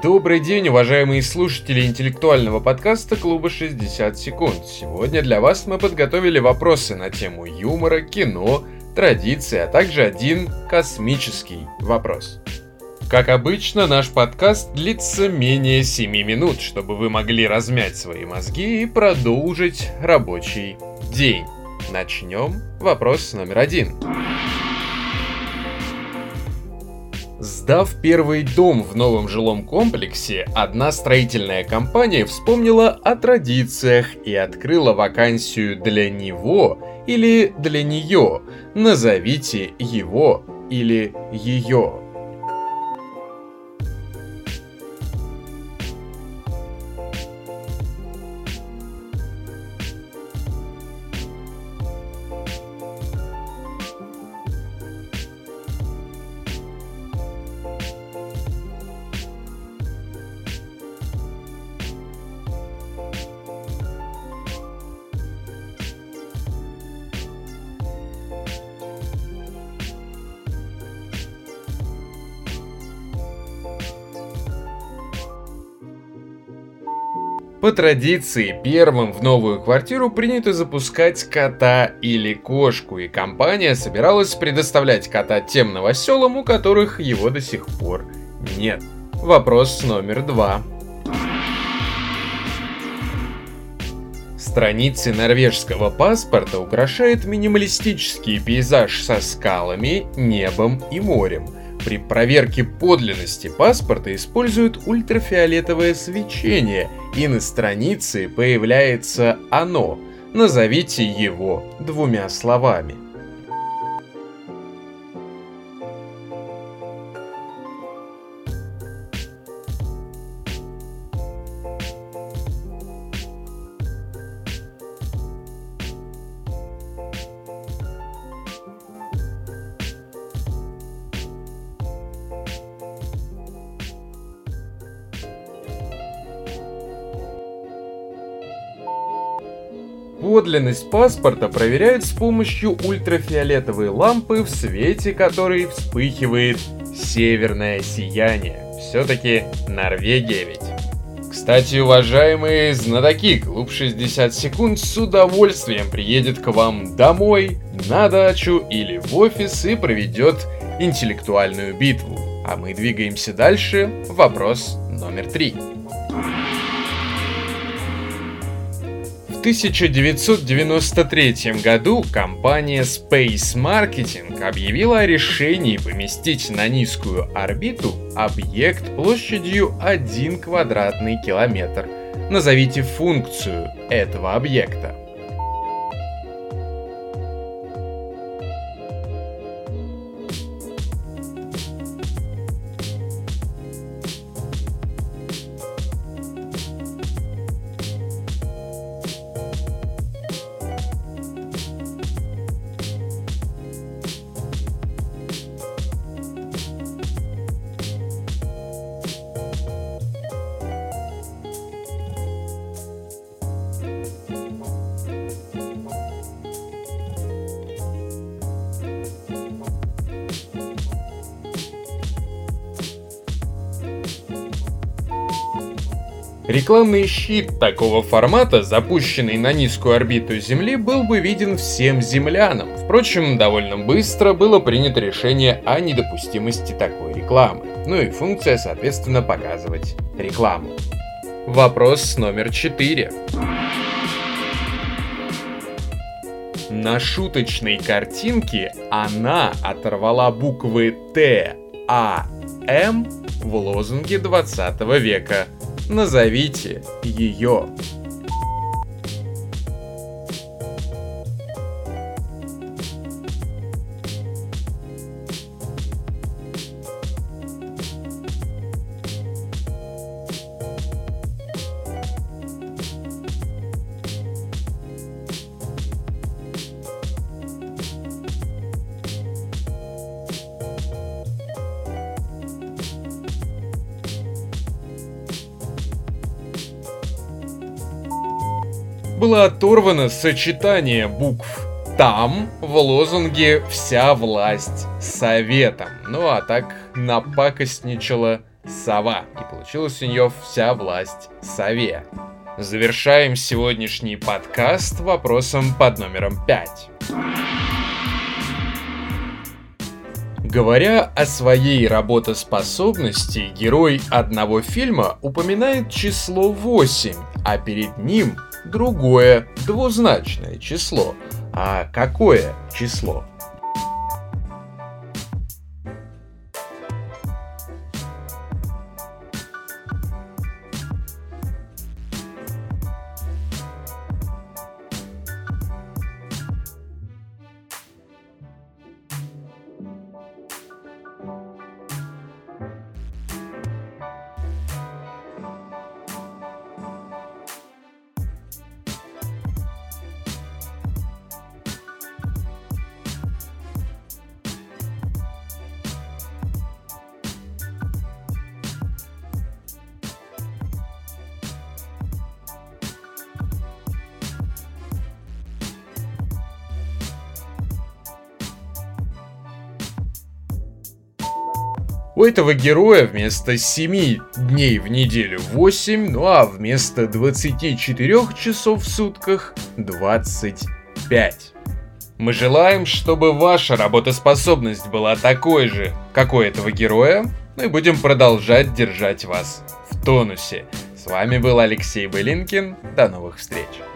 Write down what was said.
Добрый день, уважаемые слушатели интеллектуального подкаста Клуба 60 секунд. Сегодня для вас мы подготовили вопросы на тему юмора, кино, традиции, а также один космический вопрос. Как обычно, наш подкаст длится менее 7 минут, чтобы вы могли размять свои мозги и продолжить рабочий день. Начнем. Вопрос номер 1. Сдав первый дом в новом жилом комплексе, одна строительная компания вспомнила о традициях и открыла вакансию для него или для нее. Назовите его или ее. По традиции, первым в новую квартиру принято запускать кота или кошку, и компания собиралась предоставлять кота тем новоселам, у которых его до сих пор нет. Вопрос номер 2. Страницы норвежского паспорта украшает минималистический пейзаж со скалами, небом и морем. При проверке подлинности паспорта используют ультрафиолетовое свечение, и на странице появляется оно. Назовите его 2 словами. Подлинность паспорта проверяют с помощью ультрафиолетовой лампы, в свете которой вспыхивает северное сияние. Все-таки Норвегия ведь. Кстати, уважаемые знатоки, Клуб 60 секунд с удовольствием приедет к вам домой, на дачу или в офис и проведет интеллектуальную битву. А мы двигаемся дальше. Вопрос номер 3. В 1993 году компания Space Marketing объявила о решении поместить на низкую орбиту объект площадью 1 квадратный километр. Назовите функцию этого объекта. Рекламный щит такого формата, запущенный на низкую орбиту Земли, был бы виден всем землянам. Впрочем, довольно быстро было принято решение о недопустимости такой рекламы. Ну и функция, соответственно, показывать рекламу. Вопрос номер 4. На шуточной картинке она оторвала буквы Т, А, М в лозунге 20 века. Назовите ее. было оторвано сочетание букв «там» в лозунге «Вся власть советом». Ну а так напакостничала сова, и получилась у нее вся власть сове. Завершаем сегодняшний подкаст вопросом под номером 5. Говоря о своей работоспособности, герой одного фильма упоминает число 8, а перед ним другое двузначное число. А какое число? У этого героя вместо 7 дней в неделю 8, ну а вместо 24 часов в сутках 25. Мы желаем, чтобы ваша работоспособность была такой же, как у этого героя, ну и будем продолжать держать вас в тонусе. С вами был Алексей Былинкин. До новых встреч.